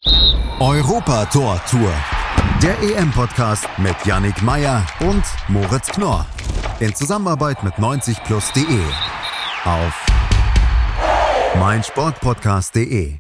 Europa-Tor-Tour. Der EM-Podcast mit Yannick Meyer und Moritz Knorr. In Zusammenarbeit mit 90plus.de. Auf meinsportpodcast.de.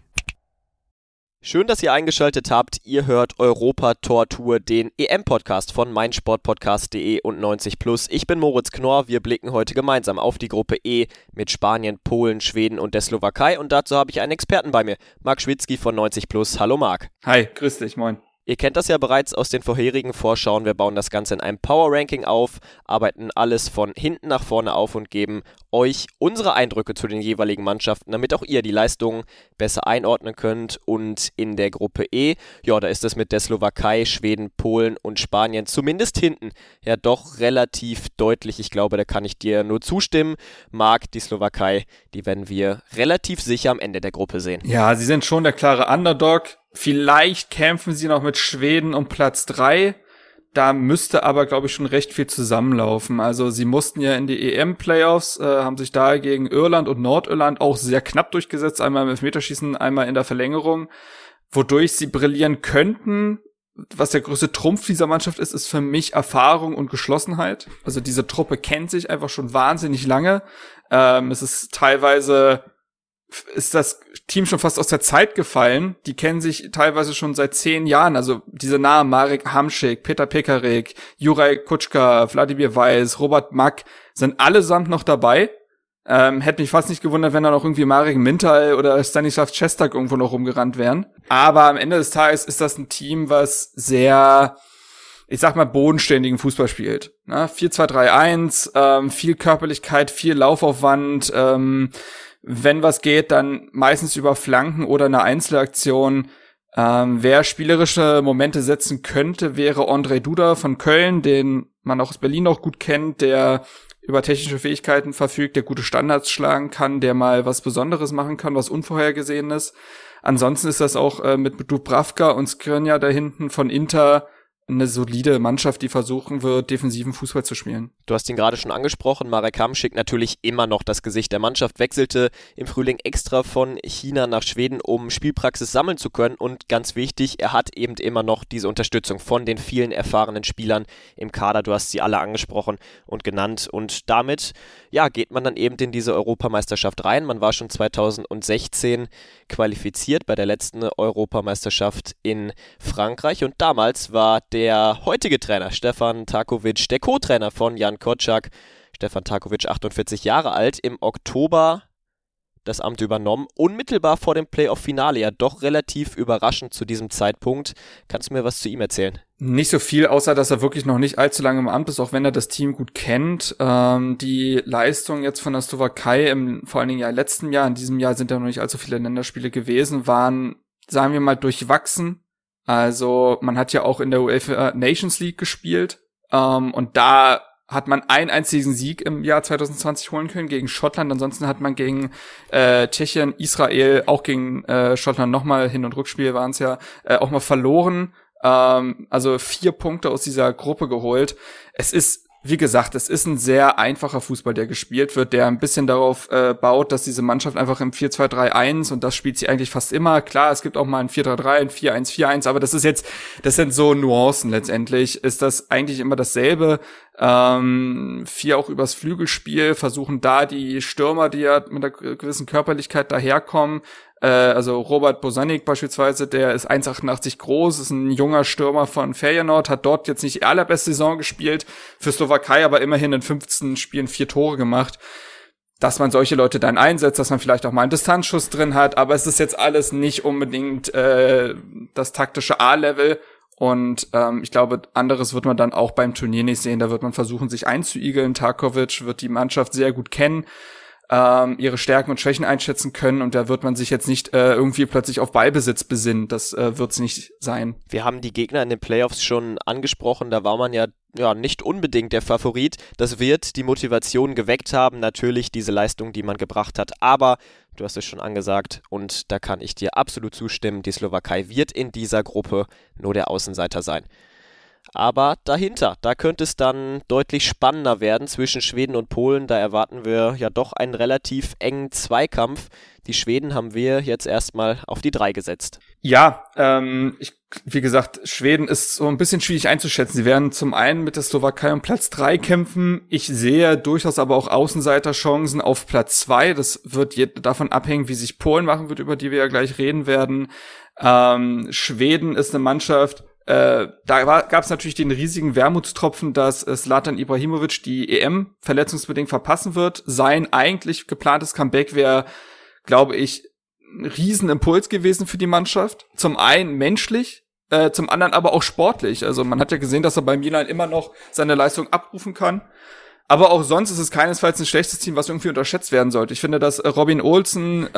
Schön, dass ihr eingeschaltet habt. Ihr hört Europa-Tor-Tour, den EM-Podcast von meinsportpodcast.de und 90plus. Ich bin Moritz Knorr. Wir blicken heute gemeinsam auf die Gruppe E mit Spanien, Polen, Schweden und der Slowakei. Und dazu habe ich einen Experten bei mir, Marc Schwitzky von 90plus. Hallo Marc. Hi, grüß dich, moin. Ihr kennt das ja bereits aus den vorherigen Vorschauen. Wir bauen das Ganze in einem Power-Ranking auf, arbeiten alles von hinten nach vorne auf und geben euch unsere Eindrücke zu den jeweiligen Mannschaften, damit auch ihr die Leistungen besser einordnen könnt. Und in der Gruppe E, ja, da ist es mit der Slowakei, Schweden, Polen und Spanien zumindest hinten ja doch relativ deutlich. Ich glaube, da kann ich dir nur zustimmen. Marc, die Slowakei, die werden wir relativ sicher am Ende der Gruppe sehen. Ja, sie sind schon der klare Underdog. Vielleicht kämpfen sie noch mit Schweden um Platz 3. Da müsste aber, glaube ich, schon recht viel zusammenlaufen. Also sie mussten ja in die EM-Playoffs, haben sich da gegen Irland und Nordirland auch sehr knapp durchgesetzt. Einmal im Elfmeterschießen, einmal in der Verlängerung. Wodurch sie brillieren könnten. Was der größte Trumpf dieser Mannschaft ist für mich Erfahrung und Geschlossenheit. Also diese Truppe kennt sich einfach schon wahnsinnig lange. Es ist teilweise... ist das Team schon fast aus der Zeit gefallen. Die kennen sich teilweise schon seit 10 Jahren. Also diese Namen, Marek Hamšík, Petr Pekarík, Juraj Kučka, Vladimir Weiss, Robert Mack, sind allesamt noch dabei. Hätte mich fast nicht gewundert, wenn da noch irgendwie Marek Mintal oder Stanislav Šestak irgendwo noch rumgerannt wären. Aber am Ende des Tages ist das ein Team, was sehr, ich sag mal, bodenständigen Fußball spielt. 4-2-3-1, viel Körperlichkeit, viel Laufaufwand, wenn was geht, dann meistens über Flanken oder eine Einzelaktion. Wer spielerische Momente setzen könnte, wäre Ondřej Duda von Köln, den man auch aus Berlin auch gut kennt, der über technische Fähigkeiten verfügt, der gute Standards schlagen kann, der mal was Besonderes machen kann, was Unvorhergesehenes. Ansonsten ist das auch mit Dubravka und Skriniar da hinten von Inter eine solide Mannschaft, die versuchen wird, defensiven Fußball zu spielen. Du hast ihn gerade schon angesprochen, Marek Hamšík natürlich immer noch das Gesicht der Mannschaft, wechselte im Frühling extra von China nach Schweden, um Spielpraxis sammeln zu können und ganz wichtig, er hat eben immer noch diese Unterstützung von den vielen erfahrenen Spielern im Kader, du hast sie alle angesprochen und genannt und damit, ja, geht man dann eben in diese Europameisterschaft rein. Man war schon 2016 qualifiziert bei der letzten Europameisterschaft in Frankreich und damals war der heutige Trainer Stefan Tarković, der Co-Trainer von Jan Kočak, Stefan Tarković, 48 Jahre alt, im Oktober das Amt übernommen, unmittelbar vor dem Playoff-Finale, ja doch relativ überraschend zu diesem Zeitpunkt. Kannst du mir was zu ihm erzählen? Nicht so viel, außer dass er wirklich noch nicht allzu lange im Amt ist, auch wenn er das Team gut kennt. Die Leistung jetzt von der Slowakei vor allen Dingen ja letzten Jahr, in diesem Jahr sind ja noch nicht allzu viele Länderspiele gewesen, waren, sagen wir mal, durchwachsen. Also man hat ja auch in der UEFA Nations League gespielt und da hat man einen einzigen Sieg im Jahr 2020 holen können gegen Schottland. Ansonsten hat man gegen Tschechien, Israel, auch gegen Schottland nochmal, Hin- und Rückspiel waren es ja, auch mal verloren. Also 4 Punkte aus dieser Gruppe geholt. Es ist, wie gesagt, es ist ein sehr einfacher Fußball, der gespielt wird, der ein bisschen darauf baut, dass diese Mannschaft einfach im 4-2-3-1 und das spielt sie eigentlich fast immer. Klar, es gibt auch mal ein 4-3-3, ein 4-1-4-1, aber das sind so Nuancen letztendlich. Ist das eigentlich immer dasselbe? 4 auch übers Flügelspiel, versuchen da die Stürmer, die ja mit einer gewissen Körperlichkeit daherkommen, also Robert Bosanic beispielsweise, der ist 1,88 groß, ist ein junger Stürmer von Feyenoord, hat dort jetzt nicht die allerbeste Saison gespielt, für Slowakei aber immerhin in 15 Spielen 4 Tore gemacht. Dass man solche Leute dann einsetzt, dass man vielleicht auch mal einen Distanzschuss drin hat, aber es ist jetzt alles nicht unbedingt das taktische A-Level. Und ich glaube, anderes wird man dann auch beim Turnier nicht sehen. Da wird man versuchen, sich einzuigeln. Tarković wird die Mannschaft sehr gut kennen, ihre Stärken und Schwächen einschätzen können. Und da wird man sich jetzt nicht irgendwie plötzlich auf Ballbesitz besinnen. Das wird's nicht sein. Wir haben die Gegner in den Playoffs schon angesprochen. Da war man ja nicht unbedingt der Favorit. Das wird die Motivation geweckt haben. Natürlich diese Leistung, die man gebracht hat. Aber du hast es schon angesagt und da kann ich dir absolut zustimmen. Die Slowakei wird in dieser Gruppe nur der Außenseiter sein. Aber dahinter, da könnte es dann deutlich spannender werden zwischen Schweden und Polen. Da erwarten wir ja doch einen relativ engen Zweikampf. Die Schweden haben wir jetzt erstmal auf die 3 gesetzt. Ja, wie gesagt, Schweden ist so ein bisschen schwierig einzuschätzen. Sie werden zum einen mit der Slowakei um Platz 3 kämpfen. Ich sehe durchaus aber auch Außenseiterchancen auf Platz 2. Das wird davon abhängen, wie sich Polen machen wird, über die wir ja gleich reden werden. Schweden ist eine Mannschaft, gab es natürlich den riesigen Wermutstropfen, dass Zlatan Ibrahimovic die EM verletzungsbedingt verpassen wird. Sein eigentlich geplantes Comeback wäre, glaube ich, ein Riesenimpuls gewesen für die Mannschaft. Zum einen menschlich, zum anderen aber auch sportlich. Also man hat ja gesehen, dass er bei Milan immer noch seine Leistung abrufen kann. Aber auch sonst ist es keinesfalls ein schlechtes Team, was irgendwie unterschätzt werden sollte. Ich finde, dass Robin Olsen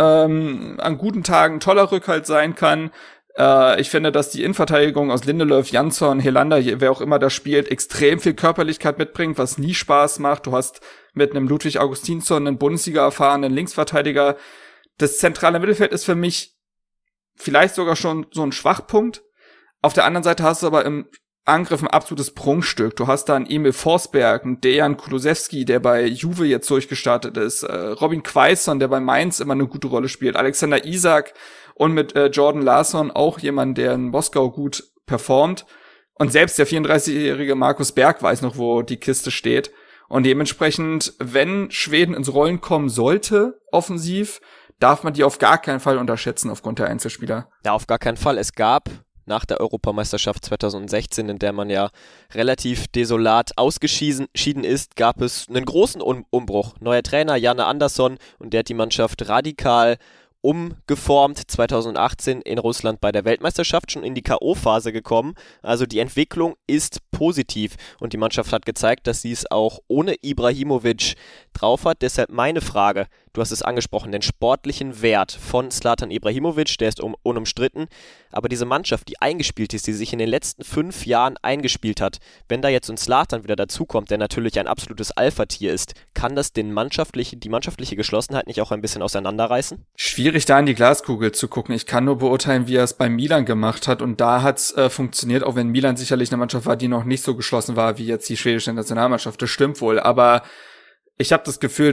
an guten Tagen ein toller Rückhalt sein kann. Ich finde, dass die Innenverteidigung aus Lindelöf, Jansson, Helander, wer auch immer da spielt, extrem viel Körperlichkeit mitbringt, was nie Spaß macht. Du hast mit einem Ludwig Augustinsson einen Bundesliga-erfahrenen Linksverteidiger. Das zentrale Mittelfeld ist für mich vielleicht sogar schon so ein Schwachpunkt. Auf der anderen Seite hast du aber im Angriff ein absolutes Prunkstück. Du hast da einen Emil Forsberg, einen Dejan Kulusewski, der bei Juve jetzt durchgestartet ist, Robin Quaison, der bei Mainz immer eine gute Rolle spielt, Alexander Isak und mit Jordan Larsson auch jemand, der in Moskau gut performt. Und selbst der 34-jährige Markus Berg weiß noch, wo die Kiste steht. Und dementsprechend, wenn Schweden ins Rollen kommen sollte, offensiv, darf man die auf gar keinen Fall unterschätzen aufgrund der Einzelspieler. Ja, auf gar keinen Fall. Es gab nach der Europameisterschaft 2016, in der man ja relativ desolat ausgeschieden ist, gab es einen großen Umbruch. Neuer Trainer Janne Andersson und der hat die Mannschaft radikal umgeformt, 2018 in Russland bei der Weltmeisterschaft schon in die K.O.-Phase gekommen. Also die Entwicklung ist positiv und die Mannschaft hat gezeigt, dass sie es auch ohne Ibrahimovic drauf hat. Deshalb meine Frage, du hast es angesprochen, den sportlichen Wert von Zlatan Ibrahimovic, der ist unumstritten, aber diese Mannschaft, die eingespielt ist, die sich in den letzten 5 Jahren eingespielt hat, wenn da jetzt ein Zlatan wieder dazukommt, der natürlich ein absolutes Alpha-Tier ist, kann das die mannschaftliche Geschlossenheit nicht auch ein bisschen auseinanderreißen? Schwierig, da in die Glaskugel zu gucken. Ich kann nur beurteilen, wie er es bei Milan gemacht hat und da hat's funktioniert, auch wenn Milan sicherlich eine Mannschaft war, die noch nicht so geschlossen war wie jetzt die schwedische Nationalmannschaft. Das stimmt wohl, aber ich habe das Gefühl,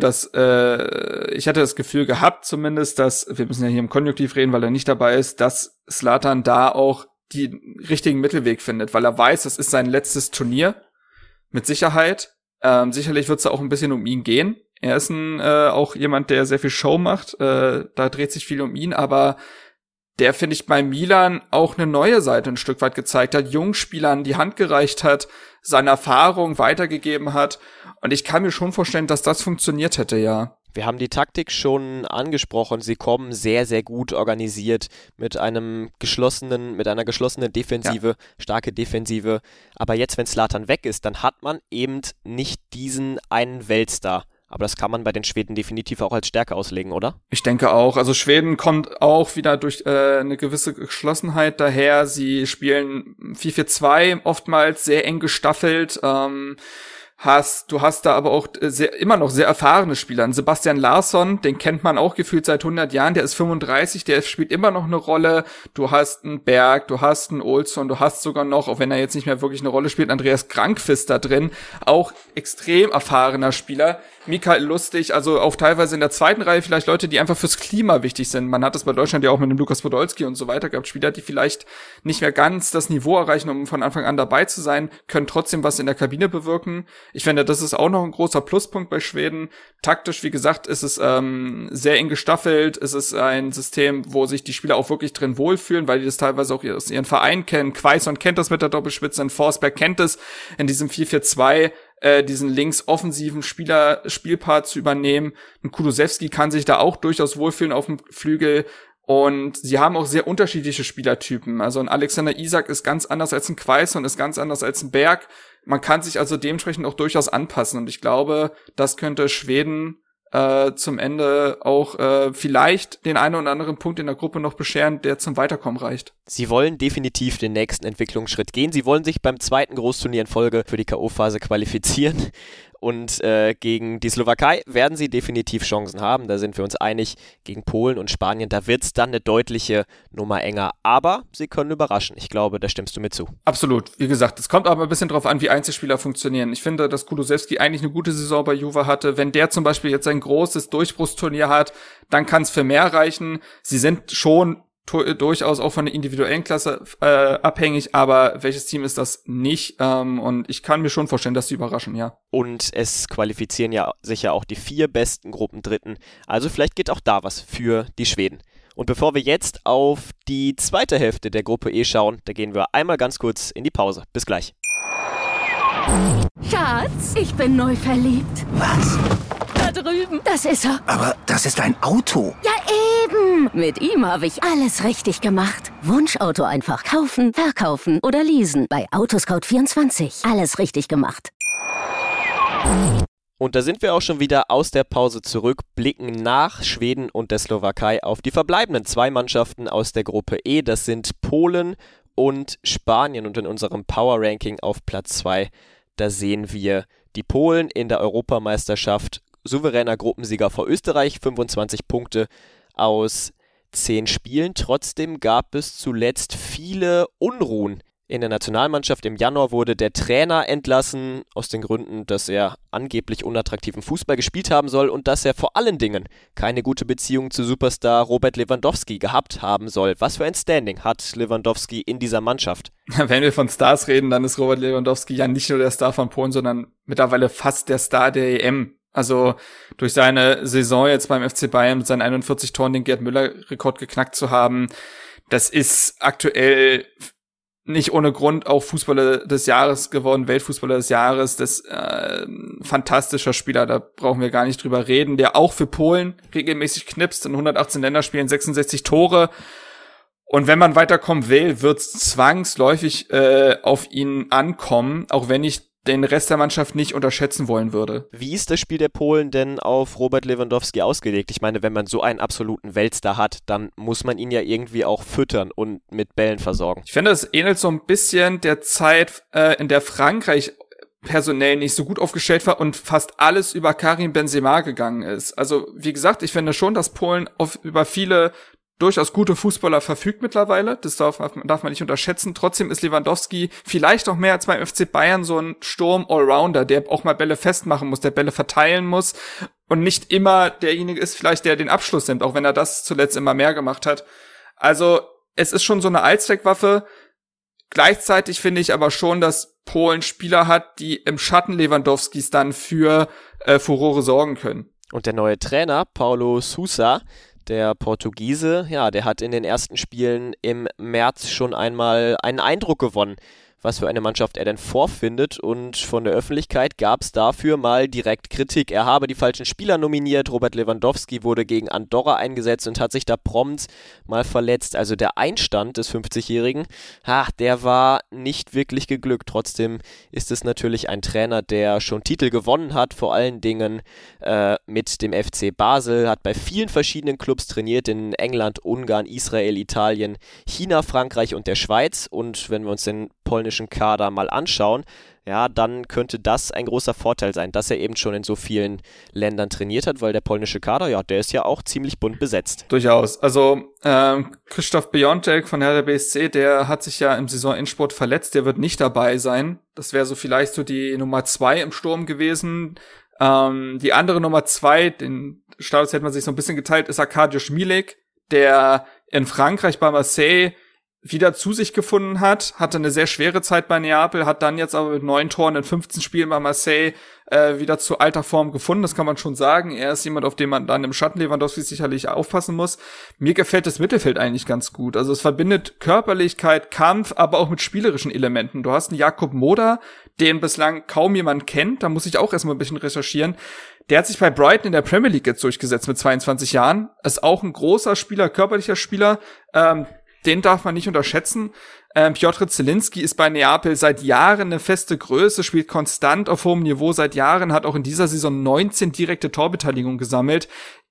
ich hatte das Gefühl gehabt zumindest, dass, wir müssen ja hier im Konjunktiv reden, weil er nicht dabei ist, dass Zlatan da auch den richtigen Mittelweg findet, weil er weiß, das ist sein letztes Turnier, mit Sicherheit. Sicherlich wird es auch ein bisschen um ihn gehen. Er ist auch jemand, der sehr viel Show macht, da dreht sich viel um ihn, aber der, finde ich, bei Milan auch eine neue Seite ein Stück weit gezeigt hat, jungen Spielern die Hand gereicht hat, seine Erfahrung weitergegeben hat. Und ich kann mir schon vorstellen, dass das funktioniert hätte, ja. Wir haben die Taktik schon angesprochen. Sie kommen sehr, sehr gut organisiert mit einer geschlossenen Defensive, ja. Starke Defensive. Aber jetzt, wenn Zlatan weg ist, dann hat man eben nicht diesen einen Weltstar. Aber das kann man bei den Schweden definitiv auch als Stärke auslegen, oder? Ich denke auch. Also Schweden kommt auch wieder durch eine gewisse Geschlossenheit daher. Sie spielen 4-4-2, oftmals sehr eng gestaffelt. Du hast da aber auch immer noch sehr erfahrene Spieler. Sebastian Larsson, den kennt man auch gefühlt seit 100 Jahren, der ist 35, der spielt immer noch eine Rolle. Du hast einen Berg, du hast einen Olsson, du hast sogar noch, auch wenn er jetzt nicht mehr wirklich eine Rolle spielt, Andreas Grankvist da drin, auch extrem erfahrener Spieler. Mikael Lustig, also auch teilweise in der zweiten Reihe vielleicht Leute, die einfach fürs Klima wichtig sind. Man hat es bei Deutschland ja auch mit dem Lukas Podolski und so weiter gehabt. Spieler, die vielleicht nicht mehr ganz das Niveau erreichen, um von Anfang an dabei zu sein, können trotzdem was in der Kabine bewirken. Ich finde, das ist auch noch ein großer Pluspunkt bei Schweden. Taktisch, wie gesagt, ist es sehr eng gestaffelt. Es ist ein System, wo sich die Spieler auch wirklich drin wohlfühlen, weil die das teilweise auch aus ihren Vereinen kennen. Quaison kennt das mit der Doppelspitze, Forsberg kennt es in diesem 4-4-2, diesen links offensiven Spielpart zu übernehmen. Ein Kulusewski kann sich da auch durchaus wohlfühlen auf dem Flügel. Und sie haben auch sehr unterschiedliche Spielertypen. Also ein Alexander Isak ist ganz anders als ein Quaison, ist ganz anders als ein Berg. Man kann sich also dementsprechend auch durchaus anpassen. Und ich glaube, das könnte Schweden zum Ende auch vielleicht den einen oder anderen Punkt in der Gruppe noch bescheren, der zum Weiterkommen reicht. Sie wollen definitiv den nächsten Entwicklungsschritt gehen. Sie wollen sich beim zweiten Großturnier in Folge für die K.O.-Phase qualifizieren. und gegen die Slowakei werden sie definitiv Chancen haben, da sind wir uns einig. Gegen Polen und Spanien, da wird es dann eine deutliche Nummer enger, aber sie können überraschen. Ich glaube, da stimmst du mir zu. Absolut, wie gesagt, es kommt aber ein bisschen drauf an, wie Einzelspieler funktionieren. Ich finde, dass Kulusewski eigentlich eine gute Saison bei Juve hatte. Wenn der zum Beispiel jetzt ein großes Durchbruchsturnier hat, dann kann es für mehr reichen. Sie sind schon durchaus auch von der individuellen Klasse abhängig, aber welches Team ist das nicht? Und ich kann mir schon vorstellen, dass sie überraschen, ja. Und es qualifizieren ja sicher auch die 4 besten Gruppendritten. Also vielleicht geht auch da was für die Schweden. Und bevor wir jetzt auf die zweite Hälfte der Gruppe E schauen, da gehen wir einmal ganz kurz in die Pause. Bis gleich. Schatz, ich bin neu verliebt. Was? Da drüben. Das ist er. Aber das ist ein Auto. Ja, eben. Mit ihm habe ich alles richtig gemacht. Wunschauto einfach kaufen, verkaufen oder leasen. Bei Autoscout24. Alles richtig gemacht. Und da sind wir auch schon wieder aus der Pause zurück, blicken nach Schweden und der Slowakei auf die verbleibenden 2 Mannschaften aus der Gruppe E. Das sind Polen und Spanien. Und in unserem Power-Ranking auf Platz 2, da sehen wir die Polen in der Europameisterschaft. Souveräner Gruppensieger vor Österreich, 25 Punkte aus 10 Spielen. Trotzdem gab es zuletzt viele Unruhen in der Nationalmannschaft. Im Januar wurde der Trainer entlassen, aus den Gründen, dass er angeblich unattraktiven Fußball gespielt haben soll und dass er vor allen Dingen keine gute Beziehung zu Superstar Robert Lewandowski gehabt haben soll. Was für ein Standing hat Lewandowski in dieser Mannschaft? Wenn wir von Stars reden, dann ist Robert Lewandowski ja nicht nur der Star von Polen, sondern mittlerweile fast der Star der EM. Also durch seine Saison jetzt beim FC Bayern mit seinen 41 Toren den Gerd-Müller-Rekord geknackt zu haben, das ist aktuell nicht ohne Grund auch Fußballer des Jahres geworden, Weltfußballer des Jahres, das fantastischer Spieler, da brauchen wir gar nicht drüber reden, der auch für Polen regelmäßig knipst, in 118 Länderspielen 66 Tore. Und wenn man weiterkommen will, wird es zwangsläufig auf ihn ankommen, auch wenn ich den Rest der Mannschaft nicht unterschätzen wollen würde. Wie ist das Spiel der Polen denn auf Robert Lewandowski ausgelegt? Ich meine, wenn man so einen absoluten Weltstar hat, dann muss man ihn ja irgendwie auch füttern und mit Bällen versorgen. Ich finde, es ähnelt so ein bisschen der Zeit, in der Frankreich personell nicht so gut aufgestellt war und fast alles über Karim Benzema gegangen ist. Also, wie gesagt, ich finde schon, dass Polen über viele durchaus gute Fußballer verfügt mittlerweile, das darf man nicht unterschätzen. Trotzdem ist Lewandowski vielleicht auch mehr als beim FC Bayern so ein Sturm-Allrounder, der auch mal Bälle festmachen muss, der Bälle verteilen muss und nicht immer derjenige ist vielleicht, der den Abschluss nimmt, auch wenn er das zuletzt immer mehr gemacht hat. Also es ist schon so eine Allzweckwaffe. Gleichzeitig finde ich aber schon, dass Polen Spieler hat, die im Schatten Lewandowskis dann für Furore sorgen können. Und der neue Trainer, Paulo Sousa, der Portugiese, ja, der hat in den ersten Spielen im März schon einmal einen Eindruck gewonnen, was für eine Mannschaft er denn vorfindet, und von der Öffentlichkeit gab es dafür mal direkt Kritik. Er habe die falschen Spieler nominiert, Robert Lewandowski wurde gegen Andorra eingesetzt und hat sich da prompt mal verletzt. Also der Einstand des 50-Jährigen, der war nicht wirklich geglückt. Trotzdem ist es natürlich ein Trainer, der schon Titel gewonnen hat, vor allen Dingen mit dem FC Basel, hat bei vielen verschiedenen Clubs trainiert, in England, Ungarn, Israel, Italien, China, Frankreich und der Schweiz. Und wenn wir uns den polnischen Kader mal anschauen, ja, dann könnte das ein großer Vorteil sein, dass er eben schon in so vielen Ländern trainiert hat, weil der polnische Kader, ja, der ist ja auch ziemlich bunt besetzt. Durchaus. Also Krzysztof Piątek von Hertha BSC, der hat sich ja im Saisonendspurt verletzt, der wird nicht dabei sein. Das wäre so vielleicht so die Nummer 2 im Sturm gewesen. Die andere Nummer 2, den Status hätte man sich so ein bisschen geteilt, ist Arkadiusz Milik, der in Frankreich bei Marseille wieder zu sich gefunden hat, hatte eine sehr schwere Zeit bei Neapel, hat dann jetzt aber mit 9 Toren in 15 Spielen bei Marseille wieder zu alter Form gefunden, das kann man schon sagen. Er ist jemand, auf den man dann im Schatten Lewandowski sicherlich aufpassen muss. Mir gefällt das Mittelfeld eigentlich ganz gut. Also es verbindet Körperlichkeit, Kampf, aber auch mit spielerischen Elementen. Du hast einen Jakub Moder, den bislang kaum jemand kennt, da muss ich auch erstmal ein bisschen recherchieren. Der hat sich bei Brighton in der Premier League jetzt durchgesetzt mit 22 Jahren. Ist auch ein großer Spieler, körperlicher Spieler, den darf man nicht unterschätzen. Piotr Zielinski ist bei Neapel seit Jahren eine feste Größe, spielt konstant auf hohem Niveau seit Jahren, hat auch in dieser Saison 19 direkte Torbeteiligung gesammelt.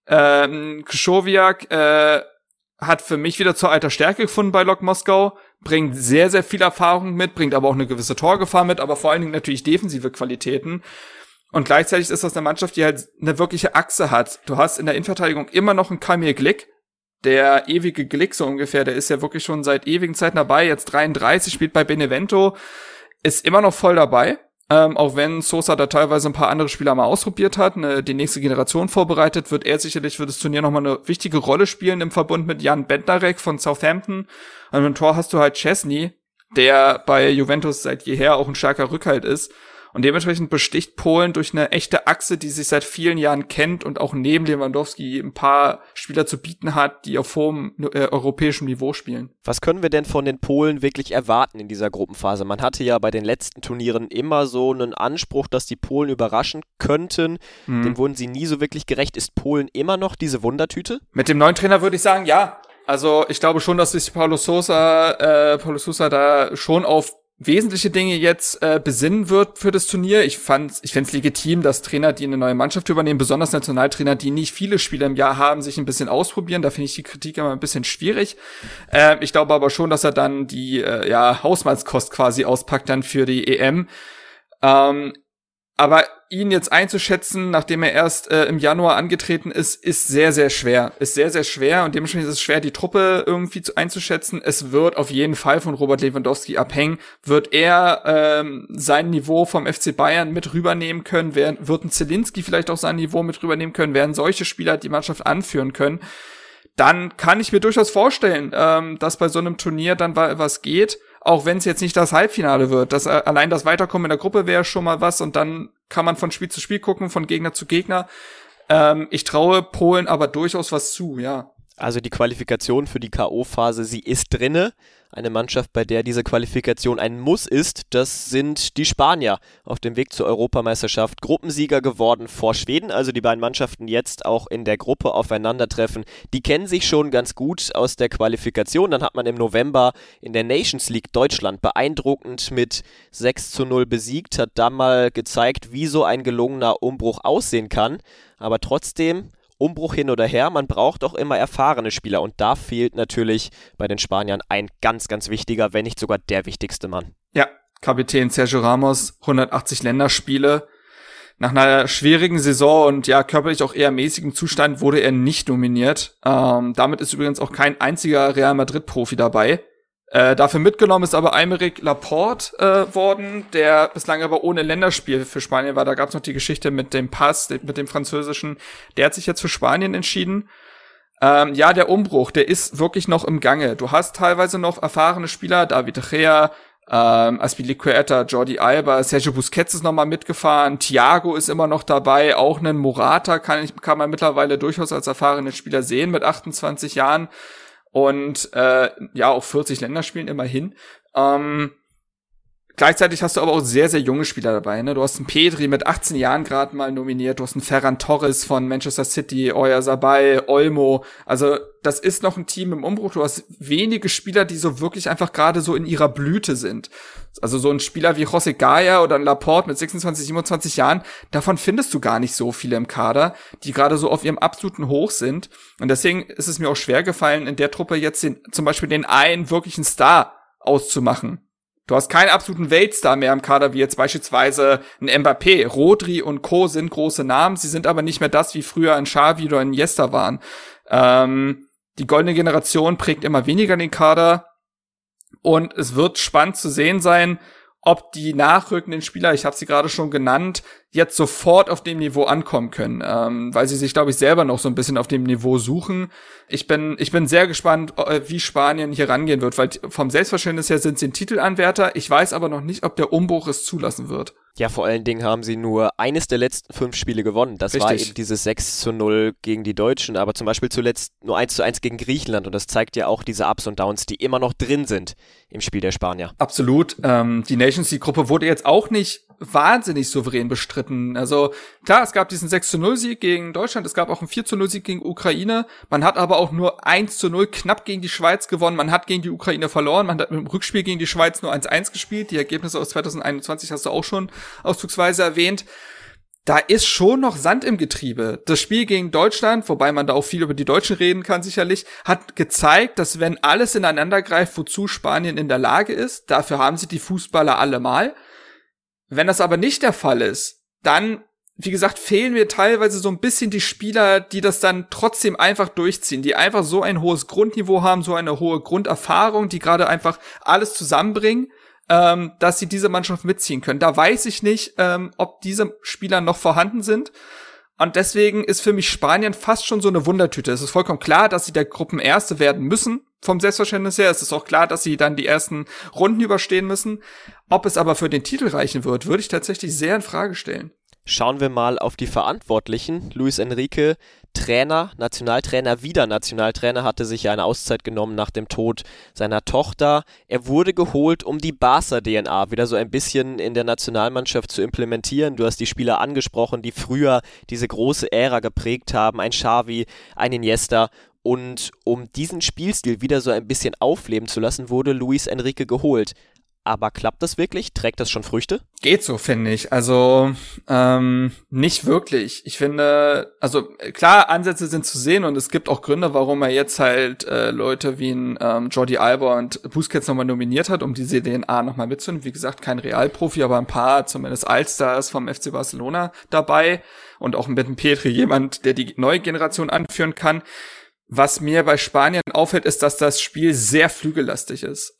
Krychowiak hat für mich wieder zur alter Stärke gefunden bei Lok Moskau, bringt sehr, sehr viel Erfahrung mit, bringt aber auch eine gewisse Torgefahr mit, aber vor allen Dingen natürlich defensive Qualitäten. Und gleichzeitig ist das eine Mannschaft, die halt eine wirkliche Achse hat. Du hast in der Innenverteidigung immer noch einen Kamil Glick, der ewige Glick so ungefähr, der ist ja wirklich schon seit ewigen Zeiten dabei, jetzt 33, spielt bei Benevento, ist immer noch voll dabei. Auch wenn Sosa da teilweise ein paar andere Spieler mal ausprobiert hat, die nächste Generation vorbereitet, wird er sicherlich für das Turnier nochmal eine wichtige Rolle spielen im Verbund mit Jan Bednarek von Southampton. Und im Tor hast du halt Szczesny, der bei Juventus seit jeher auch ein starker Rückhalt ist. Und dementsprechend besticht Polen durch eine echte Achse, die sich seit vielen Jahren kennt und auch neben Lewandowski ein paar Spieler zu bieten hat, die auf hohem europäischem Niveau spielen. Was können wir denn von den Polen wirklich erwarten in dieser Gruppenphase? Man hatte ja bei den letzten Turnieren immer so einen Anspruch, dass die Polen überraschen könnten. Dem wurden sie nie so wirklich gerecht. Ist Polen immer noch diese Wundertüte? Mit dem neuen Trainer würde ich sagen, ja. Also ich glaube schon, dass sich Paulo Sousa da schon auf wesentliche Dinge jetzt besinnen wird für das Turnier. Ich fände es legitim, dass Trainer, die eine neue Mannschaft übernehmen, besonders Nationaltrainer, die nicht viele Spiele im Jahr haben, sich ein bisschen ausprobieren. Da finde ich die Kritik immer ein bisschen schwierig. Ich glaube aber schon, dass er dann die Hausmannskost quasi auspackt dann für die EM. Aber ihn jetzt einzuschätzen, nachdem er erst im Januar angetreten ist sehr, sehr schwer. Ist sehr, sehr schwer und dementsprechend ist es schwer, die Truppe irgendwie einzuschätzen. Es wird auf jeden Fall von Robert Lewandowski abhängen. Wird er sein Niveau vom FC Bayern mit rübernehmen können? Wird ein Zielinski vielleicht auch sein Niveau mit rübernehmen können? Werden solche Spieler die Mannschaft anführen können? Dann kann ich mir durchaus vorstellen, dass bei so einem Turnier dann was geht. Auch wenn es jetzt nicht das Halbfinale wird. Allein das Weiterkommen in der Gruppe wäre schon mal was und dann kann man von Spiel zu Spiel gucken, von Gegner zu Gegner. Ich traue Polen aber durchaus was zu, ja. Also die Qualifikation für die K.O.-Phase, sie ist drinne. Eine Mannschaft, bei der diese Qualifikation ein Muss ist, das sind die Spanier auf dem Weg zur Europameisterschaft. Gruppensieger geworden vor Schweden, also die beiden Mannschaften jetzt auch in der Gruppe aufeinandertreffen. Die kennen sich schon ganz gut aus der Qualifikation. Dann hat man im November in der Nations League Deutschland beeindruckend mit 6:0 besiegt, hat da mal gezeigt, wie so ein gelungener Umbruch aussehen kann. Aber trotzdem, Umbruch hin oder her, man braucht auch immer erfahrene Spieler und da fehlt natürlich bei den Spaniern ein ganz, ganz wichtiger, wenn nicht sogar der wichtigste Mann. Ja, Kapitän Sergio Ramos, 180 Länderspiele. Nach einer schwierigen Saison und ja körperlich auch eher mäßigem Zustand wurde er nicht nominiert. Damit ist übrigens auch kein einziger Real Madrid-Profi dabei. Dafür mitgenommen ist aber Aymeric Laporte worden, der bislang aber ohne Länderspiel für Spanien war. Da gab es noch die Geschichte mit dem Pass, mit dem französischen. Der hat sich jetzt für Spanien entschieden. Der Umbruch, der ist wirklich noch im Gange. Du hast teilweise noch erfahrene Spieler, David De Gea, Azpilicueta, Jordi Alba, Sergio Busquets ist nochmal mitgefahren, Thiago ist immer noch dabei, auch einen Morata kann man mittlerweile durchaus als erfahrenen Spieler sehen mit 28 Jahren. Und auch 40 Länderspielen immerhin. Gleichzeitig hast du aber auch sehr, sehr junge Spieler dabei. Ne? Du hast einen Pedri mit 18 Jahren gerade mal nominiert. Du hast einen Ferran Torres von Manchester City, Oyarzabal, Olmo. Also das ist noch ein Team im Umbruch. Du hast wenige Spieler, die so wirklich einfach gerade so in ihrer Blüte sind. Also so ein Spieler wie José Gaya oder ein Laporte mit 26, 27 Jahren, davon findest du gar nicht so viele im Kader, die gerade so auf ihrem absoluten Hoch sind. Und deswegen ist es mir auch schwer gefallen, in der Truppe jetzt zum Beispiel den einen wirklichen Star auszumachen. Du hast keinen absoluten Weltstar mehr im Kader, wie jetzt beispielsweise ein Mbappé. Rodri und Co. sind große Namen, sie sind aber nicht mehr das, wie früher ein Xavi oder ein Iniesta waren. Die goldene Generation prägt immer weniger den Kader und es wird spannend zu sehen sein, ob die nachrückenden Spieler, ich habe sie gerade schon genannt, jetzt sofort auf dem Niveau ankommen können, weil sie sich, glaube ich, selber noch so ein bisschen auf dem Niveau suchen. Ich bin sehr gespannt, wie Spanien hier rangehen wird, weil vom Selbstverständnis her sind sie ein Titelanwärter. Ich weiß aber noch nicht, ob der Umbruch es zulassen wird. Ja, vor allen Dingen haben sie nur eines der letzten 5 Spiele gewonnen. Das Richtig. war eben dieses 6:0 gegen die Deutschen, aber zum Beispiel zuletzt nur 1:1 gegen Griechenland und das zeigt ja auch diese Ups und Downs, die immer noch drin sind im Spiel der Spanier. Absolut. Die Nations League-Gruppe wurde jetzt auch nicht wahnsinnig souverän bestritten. Also klar, es gab diesen 6:0-Sieg gegen Deutschland, es gab auch einen 4:0-Sieg gegen Ukraine. Man hat aber auch nur 1:0 knapp gegen die Schweiz gewonnen. Man hat gegen die Ukraine verloren. Man hat im Rückspiel gegen die Schweiz nur 1:1 gespielt. Die Ergebnisse aus 2021 hast du auch schon auszugsweise erwähnt. Da ist schon noch Sand im Getriebe. Das Spiel gegen Deutschland, wobei man da auch viel über die Deutschen reden kann sicherlich, hat gezeigt, dass wenn alles ineinander greift, wozu Spanien in der Lage ist, dafür haben sie die Fußballer allemal. Wenn das aber nicht der Fall ist, dann wie gesagt, fehlen mir teilweise so ein bisschen die Spieler, die das dann trotzdem einfach durchziehen, die einfach so ein hohes Grundniveau haben, so eine hohe Grunderfahrung, die gerade einfach alles zusammenbringen, dass sie diese Mannschaft mitziehen können. Da weiß ich nicht, ob diese Spieler noch vorhanden sind. Und deswegen ist für mich Spanien fast schon so eine Wundertüte. Es ist vollkommen klar, dass sie der Gruppenerste werden müssen, vom Selbstverständnis her. Es ist auch klar, dass sie dann die ersten Runden überstehen müssen. Ob es aber für den Titel reichen wird, würde ich tatsächlich sehr in Frage stellen. Schauen wir mal auf die Verantwortlichen. Luis Enrique, Trainer, Nationaltrainer, hatte sich ja eine Auszeit genommen nach dem Tod seiner Tochter. Er wurde geholt, um die Barca-DNA wieder so ein bisschen in der Nationalmannschaft zu implementieren. Du hast die Spieler angesprochen, die früher diese große Ära geprägt haben. Ein Xavi, ein Iniesta. Und um diesen Spielstil wieder so ein bisschen aufleben zu lassen, wurde Luis Enrique geholt. Aber klappt das wirklich? Trägt das schon Früchte? Geht so, finde ich. Also nicht wirklich. Ich finde, also klar, Ansätze sind zu sehen und es gibt auch Gründe, warum er jetzt halt Leute wie ein Jordi Alba und Busquets nochmal nominiert hat, um diese DNA nochmal mitzunehmen. Wie gesagt, kein Realprofi, aber ein paar, zumindest Allstars vom FC Barcelona dabei und auch mit dem Pedri jemand, der die neue Generation anführen kann. Was mir bei Spanien auffällt, ist, dass das Spiel sehr flügellastig ist.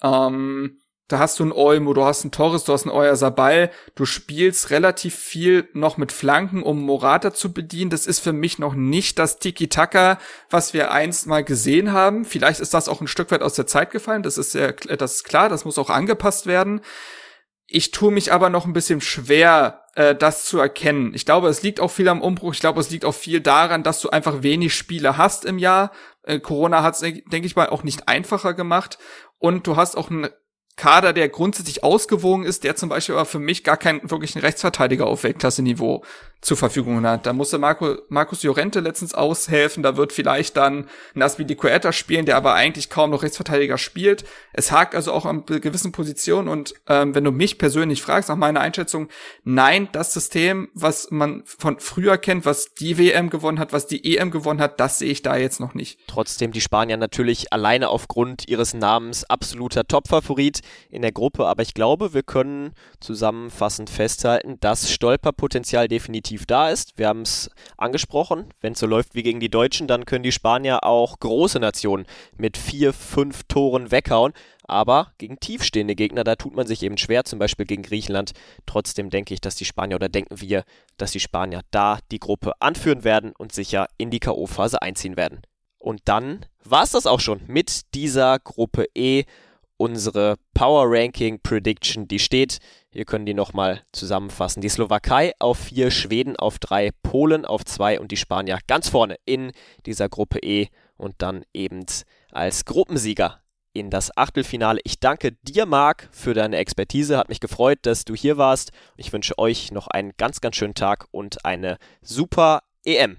Da hast du einen Olmo, du hast einen Torres, du hast einen Oyarzabal. Du spielst relativ viel noch mit Flanken, um Morata zu bedienen. Das ist für mich noch nicht das Tiki-Taka, was wir einst mal gesehen haben. Vielleicht ist das auch ein Stück weit aus der Zeit gefallen. Das ist klar, das muss auch angepasst werden. Ich tue mich aber noch ein bisschen schwer, das zu erkennen. Ich glaube, es liegt auch viel am Umbruch. Ich glaube, es liegt auch viel daran, dass du einfach wenig Spiele hast im Jahr. Corona hat es, denke ich mal, auch nicht einfacher gemacht. Und du hast auch einen Kader, der grundsätzlich ausgewogen ist, der zum Beispiel aber für mich gar keinen wirklichen Rechtsverteidiger auf Weltklasse-Niveau zur Verfügung hat. Da musste Marcos Llorente letztens aushelfen, da wird vielleicht dann ein Azpilicueta spielen, der aber eigentlich kaum noch Rechtsverteidiger spielt. Es hakt also auch an gewissen Positionen und wenn du mich persönlich fragst, nach meiner Einschätzung, nein, das System, was man von früher kennt, was die WM gewonnen hat, was die EM gewonnen hat, das sehe ich da jetzt noch nicht. Trotzdem die Spanier natürlich alleine aufgrund ihres Namens absoluter Topfavorit in der Gruppe, aber ich glaube, wir können zusammenfassend festhalten, dass Stolperpotenzial definitiv da ist. Wir haben es angesprochen, wenn es so läuft wie gegen die Deutschen, dann können die Spanier auch große Nationen mit 4-5 Toren weghauen, aber gegen tiefstehende Gegner, da tut man sich eben schwer, zum Beispiel gegen Griechenland. Trotzdem denke ich, dass die Spanier, oder denken wir, dass die Spanier da die Gruppe anführen werden und sicher in die K.O.-Phase einziehen werden. Und dann war es das auch schon mit dieser Gruppe E. Unsere Power Ranking Prediction, die steht, wir können die nochmal zusammenfassen. Die Slowakei auf 4, Schweden auf 3, Polen auf 2 und die Spanier ganz vorne in dieser Gruppe E und dann eben als Gruppensieger in das Achtelfinale. Ich danke dir, Marc, für deine Expertise. Hat mich gefreut, dass du hier warst. Ich wünsche euch noch einen ganz, ganz schönen Tag und eine super EM.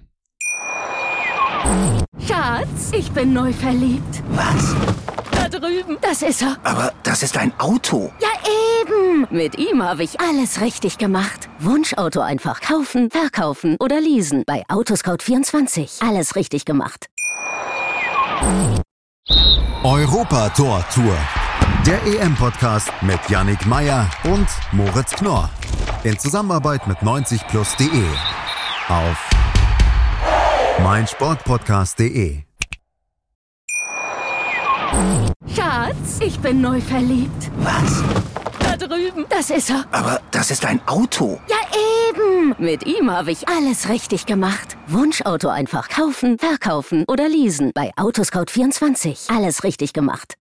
Schatz, ich bin neu verliebt. Was? Da drüben. Das ist er. Aber das ist ein Auto. Ja, eben. Mit ihm habe ich alles richtig gemacht. Wunschauto einfach kaufen, verkaufen oder leasen. Bei Autoscout24. Alles richtig gemacht. Europa-Tor-Tour. Der EM-Podcast mit Yannick Maier und Moritz Knorr. In Zusammenarbeit mit 90plus.de. Auf meinsportpodcast.de. Schatz, ich bin neu verliebt. Was? Da drüben. Das ist er. Aber das ist ein Auto. Ja, eben. Mit ihm habe ich alles richtig gemacht. Wunschauto einfach kaufen, verkaufen oder leasen. Bei Autoscout24. Alles richtig gemacht.